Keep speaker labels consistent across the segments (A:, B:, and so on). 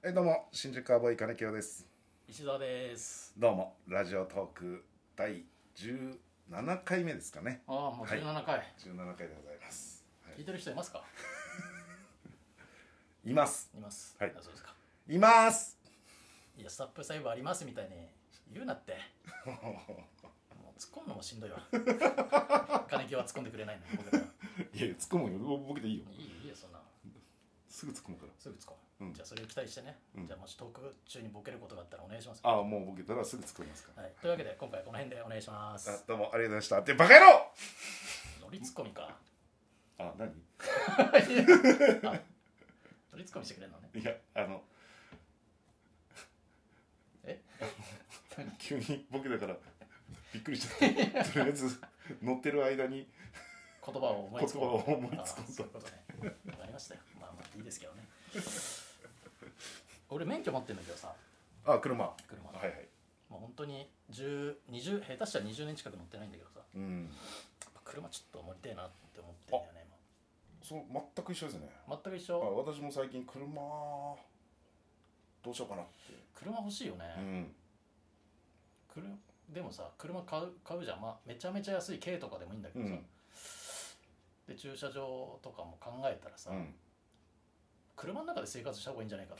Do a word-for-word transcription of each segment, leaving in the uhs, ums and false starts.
A: はい、どうも新宿カーボーイ金清です。
B: 石澤です。
A: どうもラジオトーク第じゅうななかいめですかね。
B: ああ、もうじゅうななかい、はい、
A: じゅうななかいでございます、
B: はい、聞いてる人いますか？
A: います
B: います、
A: はい、
B: そうですか。
A: います。
B: いや、スタップ細胞ありますみたいに言うなってもう突っ込むのもしんどいわ。金清は突っ込んでくれないの僕ら。い
A: やいや、突っ込むよ、ボケていいよ。
B: いいいいよ、そんな
A: すぐ突っ込むから。
B: すぐ突っ込む、うん、じゃあそれを期待してね、うん、じゃあもしトーク中にボケることがあったらお願いします。
A: ああ、もうボケたらすぐ突っ込みますか。
B: はい、というわけで今回この辺でお願いします。
A: あ、どうもありがとうございました。ってバカ野郎。
B: ノリツッコミか。
A: あ、何？
B: あ、ノリツッコミしてくれるのね。
A: いや、あの
B: え
A: 急にボケだからびっくりしちゃった。とりあえず乗ってる間に
B: 言葉を思いつこう。
A: 言葉を思いつこうと。
B: そういうことね。わかりましたよ。まあまあいいですけどね。俺免許持ってるんだけどさ。
A: あ、車。
B: 車。
A: はいはい。
B: もう本当にじゅう、にじゅう、下手したらにじゅうねん近く乗ってないんだけどさ。
A: うん。
B: やっぱ車ちょっと乗りたいなって思ってんだよね今。
A: そう、全く一緒ですね。
B: 全く一緒。
A: あ、私も最近車どうしようかなって。
B: 車欲しいよね。うん。車でもさ、車買う買うじゃん。まあめちゃめちゃ安い軽とかでもいいんだけどさ。うん、で駐車場とかも考えたらさ、うん、車の中で生活した方がいいんじゃないかと。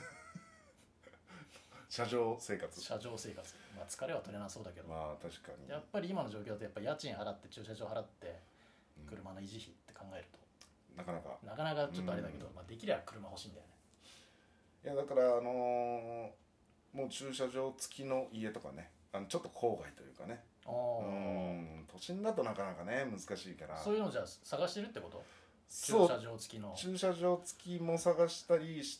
A: 車上生活
B: 車上生活、まあ、疲れは取れなそうだけど、
A: まあ確かに
B: やっぱり今の状況だとやっぱ家賃払って駐車場払って車の維持費って考えると、
A: うん、なかなか
B: なかなかちょっとあれだけど、うん、まあ、できれば車欲しいんだよね。
A: いやだからあのー、もう駐車場付きの家とかね、あのちょっと郊外というかね、うん都心だとなかなかね難しいから、
B: そういうのじゃあ探してるってこと？駐車場付きの
A: 駐車場付きも探したりして、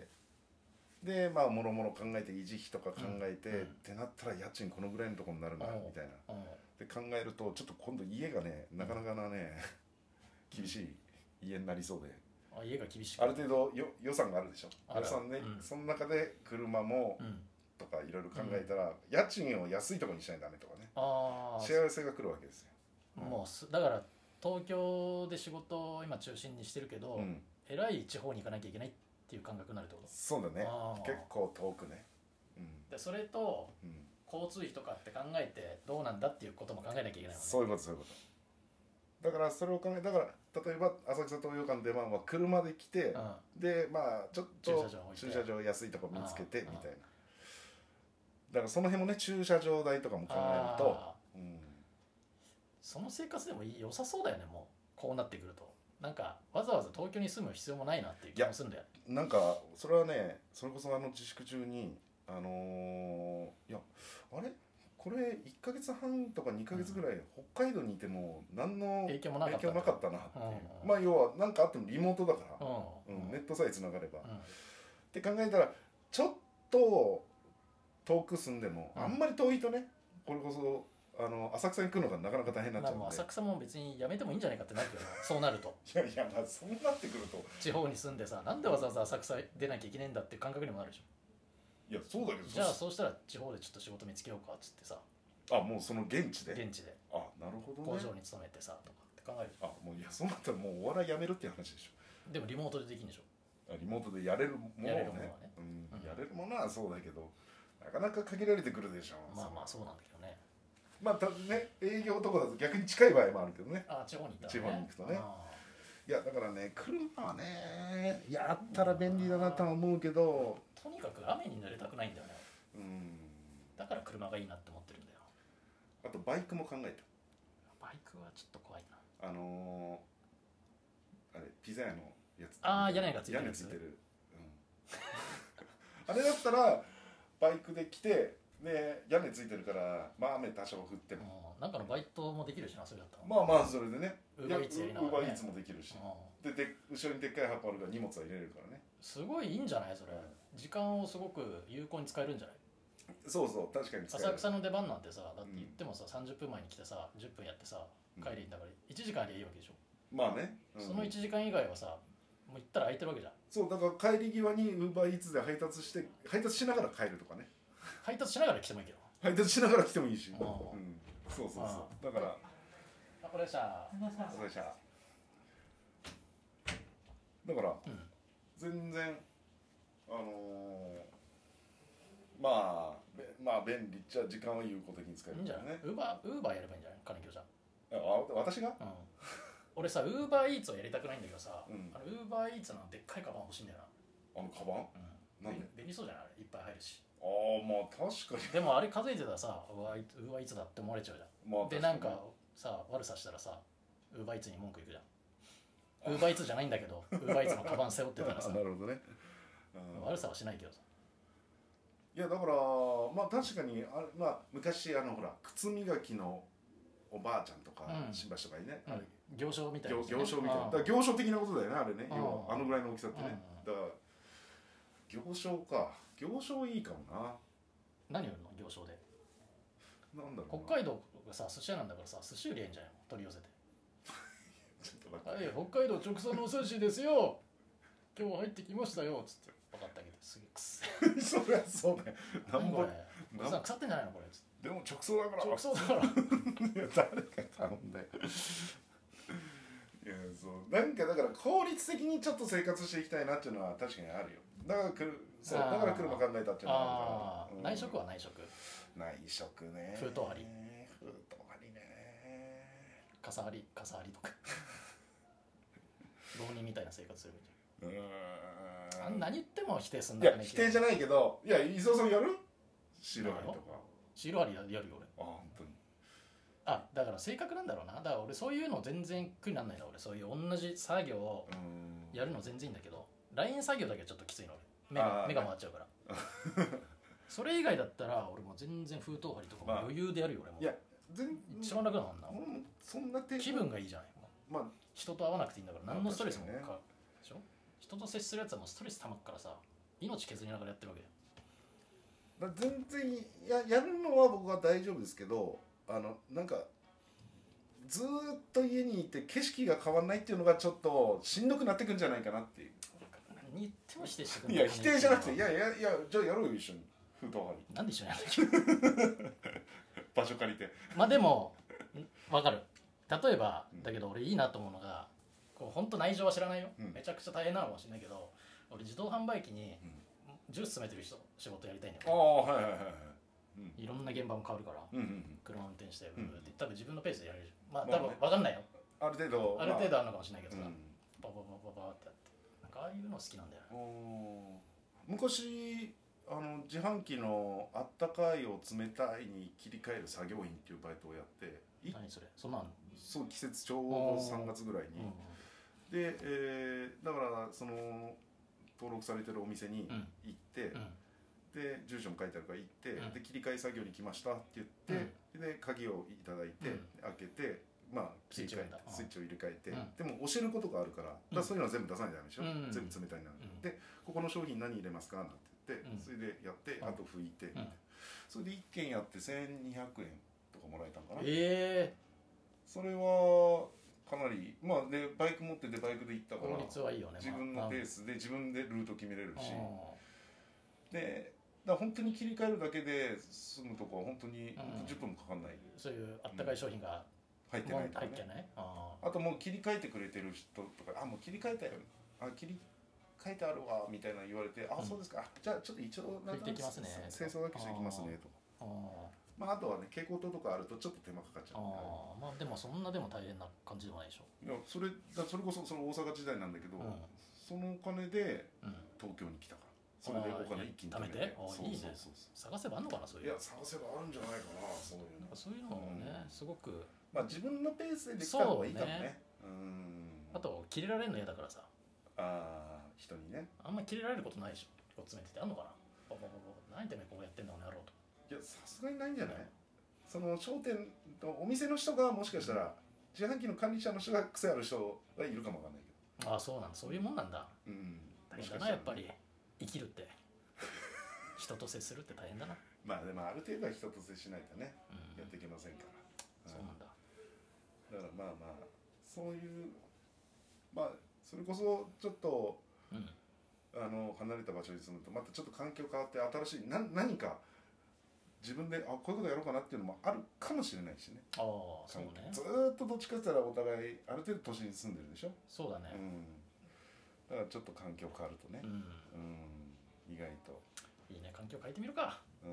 A: うん、でまあもろもろ考えて維持費とか考えて、うん、ってなったら家賃このぐらいのところになるなみたいなで考えるとちょっと今度家がねなかなかなね、うん、厳しい家になりそうで、
B: あ家が厳しい、
A: ある程度よ予算があるでしょ。予算ね、うん、その中で車も、うんとかいろいろ考えたら、うん、家賃を安いところにしないとダメとかね、あ幸せが来るわけですよ。
B: もうだから東京で仕事を今中心にしてるけど、うん、えらい地方に行かなきゃいけないっていう感覚になるってこと？
A: そうだね、結構遠くね、
B: うん、でそれと、うん、交通費とかって考えてどうなんだっていうことも考えなきゃいけないもんね。
A: そういうことそういうことだからそれを考えだから例えば浅草東洋館の出番は車で来て、うん、でまあちょっと駐車場安いとこ見つけてみたいな、だからその辺もね駐車場代とかも考えると、うん、
B: その生活でも良さそうだよね。もうこうなってくるとなんかわざわざ東京に住む必要もないなっていう気もするんだよ。
A: いやなんかそれはねそれこそあの自粛中にあのー、いやあれこれいっかげつはんとかにかげつぐらい、うん、北海道にいても何の影響もなかったなっていう、うん、まあ要は何かあってもリモートだから、うんうん、ネットさえつながれば、うん、って考えたらちょっと遠く住んでも、うん、あんまり遠いとねこれこそあの浅草に来るのがなかなか大変になっちゃうんで、まあ、
B: 浅草も別にやめてもいいんじゃないかってなるけどそうなると
A: いやいやまあそうなってくると
B: 地方に住んでさなんでわざわざ浅草出なきゃいけないんだっていう感覚にもなるでしょ。
A: いやそうだけど
B: じゃあそうしたら地方でちょっと仕事見つけようかっつってさ、
A: あもうその現地で
B: 現地で
A: あなるほど、ね、
B: 工場に勤めてさとかって考える。
A: あもういやそうなったらもうお笑いやめるっていう話でしょ。
B: でもリモートでできるんでしょ。
A: リモートでやれるものをねやれるものはそうだけどなかなか限られてくるでしょ。
B: まあまあそうなんだけどね。
A: まあたね営業とかだと逆に近い場合もあるけどね。
B: あ地方に行ったらね。
A: 地方に行くとね。いやだからね車はねやったら便利だなとは思うけど、
B: とにかく雨に濡れたくないんだよね。うん。だから車がいいなって思ってるんだよ。
A: あとバイクも考えた。
B: バイクはちょっと怖いな。
A: あのー、あれピザ屋のやつ。
B: ああ屋根がついてる
A: 屋根ついてる。うん、あれだったらバイクで来て。で屋根ついてるからまあ雨多少降っても
B: なんかのバイトもできるしなそれだったら。
A: まあまあそれでね
B: ウーバーイーツやりながらね。
A: ウーバーイーツもできるしでで後ろにでっかい箱あるから荷物は入れれるからね。
B: すごいいいんじゃないそれ。時間をすごく有効に使えるんじゃない。
A: そうそう確かに使える。
B: 浅草の出番なんてさだって言ってもさ、うん、さんじゅっぷんまえに来てさじゅっぷんやってさ帰りんだからいちじかんでいいわけでしょ。
A: まあね、
B: うん、そのいちじかん以外はさもう行ったら空いてるわけじゃん。
A: そうだから帰り際にウーバーイーツで配達して配達しながら帰るとかね。
B: 配達しながら来てもいいけど
A: 配達しながら来てもいいし、うん、そうそうそうだから
B: あこれでした
A: これでしただから、うん、全然あのまあまあ便利っちゃ時間を有効的に使える
B: んじゃない。ウーバーウーバーやればいいんじゃない金魚じゃ。
A: あ、私が、うん、
B: 俺さウーバーイーツをやりたくないんだけどさ、うん、あのウーバーイーツのでっかいカバン欲しいんだよ
A: な。あのカバン、
B: うん、なんで便利そうじゃない。あれいっぱい入るし。
A: ああまあ確かに。
B: でもあれ数えてたらさウーバーイーツだって思われちゃうじゃん、まあ、でなんかさ悪さしたらさウーバーイーツに文句言うじゃん。ウーバーイーツじゃないんだけどウーバーイーツのカバン背負ってたらさ
A: なるほどね、
B: うん、悪さはしないけどさ。
A: いやだからまあ確かにあれ、まあ、昔あのほら靴磨きのおばあちゃんとか、うん、新橋とかにね、
B: うん、行商みたいな、ね、
A: 行商みたいな、だから行商的なことだよねあれね、要はあのぐらいの大きさってね、だから行商か、行商いいかもな。
B: 何売るの行商で。
A: なんだろう、
B: 北海道がさ寿司屋なんだからさ寿司売りゃいいんじゃないの、取り寄せてちょっと待って、はい、北海道直送のお寿司ですよ今日入ってきましたよっつって分かったけどすげえくっせ
A: そりゃそうだよ。
B: 何これこれさ腐ってんじゃないのこれっつって。
A: でも直送だから
B: 直送だからい
A: や誰か頼んでいやそうなんかだから効率的にちょっと生活していきたいなっていうのは確かにあるよ。だからくるそうだから車考えたっていうのは
B: あるから、うん、内職は内職
A: 内職ね。
B: 封筒貼り
A: 封筒貼りね。
B: 傘張り傘張りとか浪人みたいな生活するじゃん。うーんあん何言っても否定すんだ
A: よね。いや否定じゃないけど、いや伊沢さんやるシール貼りとか。
B: シール貼りやるよ俺。
A: あ本当に。
B: あだから性格なんだろうな。だから俺そういうの全然苦になんないの。俺そういう同じ作業をやるの全然いいんだけど、ライン作業だけはちょっときついの俺。目が目が回っちゃうからそれ以外だったら俺も全然封筒貼りとかも余裕でやるよ俺も。いや全一番楽だもんな。
A: そんな
B: 気分がいいじゃない。まあ人と会わなくていいんだから何のストレスもかでしょ。人と接するやつはもうストレス溜まっからさ命削りながらやってるわけ
A: だ。全然 や, やるのは僕は大丈夫ですけど、あのなんかずっと家にいて景色が変わらないっていうのがちょっとしんどくなってくんじゃないかなっていう。
B: 何言っても否定してくる。
A: いや否定じゃなくて、いやいやいやじゃあやろうよ一緒に封筒貼り。
B: なんで一緒にやるの
A: 場所借りて。
B: まあでも分かる。例えばだけど俺いいなと思うのがこう本当内情は知らないよ、うん、めちゃくちゃ大変なのかもしれないけど俺自動販売機にジュース詰めてる人仕事やりたいんだよ、ね、ああはいはいはいはい、うん、いろんな現場も変わるから、うんうんうん、車運転してブーって多分自分のペースでやれる。まあ多分分かんないよ、ある程度ある程度あるのかもしれないけどさ、まあ、バババババってやってなんかああいうの好きなんだよね。
A: 昔あの自販機のあったかいを冷たいに切り替える作業員っていうバイトをやって。
B: 何それそんなの。
A: そう季節ちょうどさんがつぐらいに、うん、で、えー、だからその登録されてるお店に行って、うん、で住所も書いてあるから行って、うん、で切り替え作業に来ましたって言って、うん、で鍵をいただいて、うん、開けてまあ切り替えスイッチを入れ替えて、うん、でも教えることがあるから、だからそういうのは全部出さないとダメでしょ、うん、全部冷たいな、うん、でここの商品何入れますかなんて言って、うん、それでやってあと拭いて、うん、それでいっけんやってせんにひゃくえんとかもらえたんかな。ええーそれはかなりまあでバイク持っててバイクで行ったから効率はいいよね。自分のペースで自分でルート決めれるし、でだから本当に切り替えるだけで済むとこは本当にじゅっぷんもかかんない、うん、そういうあったかい商品が入ってないとかね、ない あ, あともう切り替えてくれてる人とかあもう切り替えたよあ切り替えてあるわみたいな言われて、うん、あそうですかじゃあちょっと一応なんか清掃だけしていきますねとか。まあ、あとはね蛍光灯とかあるとちょっと手間かかっちゃう、ね、ああまあでもそんなでも大変な感じでもないでしょ。いやそれだそれこそその大阪時代なんだけど、うん、そのお金で東京に来たから、うん、それでお金一気に貯めて、貯めてそうそうそうそう探せばあんのかなそういう。いや探せばあるんじゃないかなそういうの。そういうのもね、うん、すごくまあ自分のペースでできた方がいいかもね。うんあとキレられるの嫌だからさ。ああ人にねあんまキレられることないでしょ。詰めててあんのかな。ババババ何てめえこうやってんだこの野郎と。いやさすがにないんじゃない。その商店とお店の人がもしかしたら自販機の管理者の人が癖ある人がいるかもわかんないけど。ああそうなんだそういうもんなんだ。うん大変だなやっぱり生きるって人と接するって大変だな。まあでもある程度は人と接しないとね、うん、やっていけませんから、うん、そうなんだ。だからまあまあそういうまあそれこそちょっと、うん、あの離れた場所に住むとまたちょっと環境変わって新しいな何か自分であこういうことやろうかなっていうのもあるかもしれないしね。ああそうね。ずーっとどっちかって言ったらお互いある程度都心に住んでるでしょ。そうだね、うん、だからちょっと環境変わるとね、うんうん、意外といいね
B: 環境変えてみるか。
A: うん、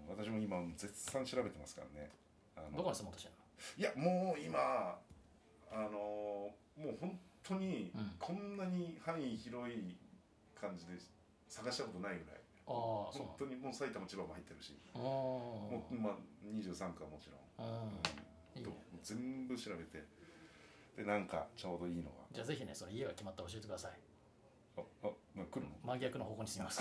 A: 私も今絶賛調べてますからね。
B: あのどこに住もうとしてるの？
A: いやもう今あのもう本当にこんなに範囲広い感じで探したことないぐらい、
B: あ
A: 本当にもう埼玉千葉も入ってるし、
B: あ
A: もう、まあ、にじゅうさん区はもちろん、
B: うん
A: いいね、全部調べてでなんかちょうどいいのが、
B: じゃあぜひねその家が決まったら教えてください。
A: ああ、まあ、来るの？
B: 真逆の方向に住みます。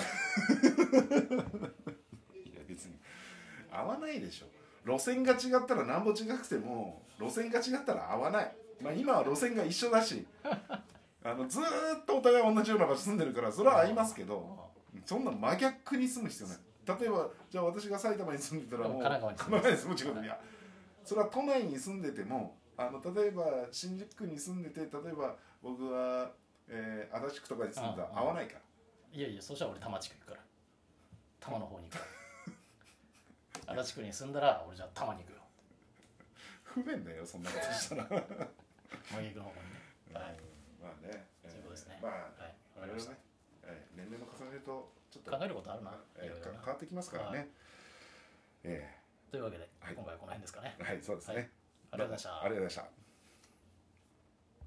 A: いや別に合わないでしょ。路線が違ったらなんぼ違くても路線が違ったら合わない。まあ今は路線が一緒だしあのずーっとお互い同じような場所住んでるからそれは合いますけど、そんな真逆に住む必要ない。例えばじゃあ私が埼玉に住んでたらもう
B: 神奈川に
A: 神奈川に住む違う。いやそれは都内に住んでてもあの例えば新宿区に住んでて、例えば僕は、えー、足立区とかに住んだら合わないから。
B: いやいや、そしたら俺多摩地区行くから、多摩の方に行くから足立区に住んだら俺じゃあ多摩に行くよ。
A: 不便だよそんなことしたら。
B: 真逆の方にね。はい、
A: まあね、
B: そういうことですね。
A: まあ、
B: はい、わかりました。
A: ね、年齢も重ねるとちょっと
B: 考えることあるな、
A: えー、変わってきますからね。え
B: ー、というわけで、はい、今回はこの辺ですかね。
A: はい、そうですね。
B: はい、ありがとうございました。
A: ありがとうございました。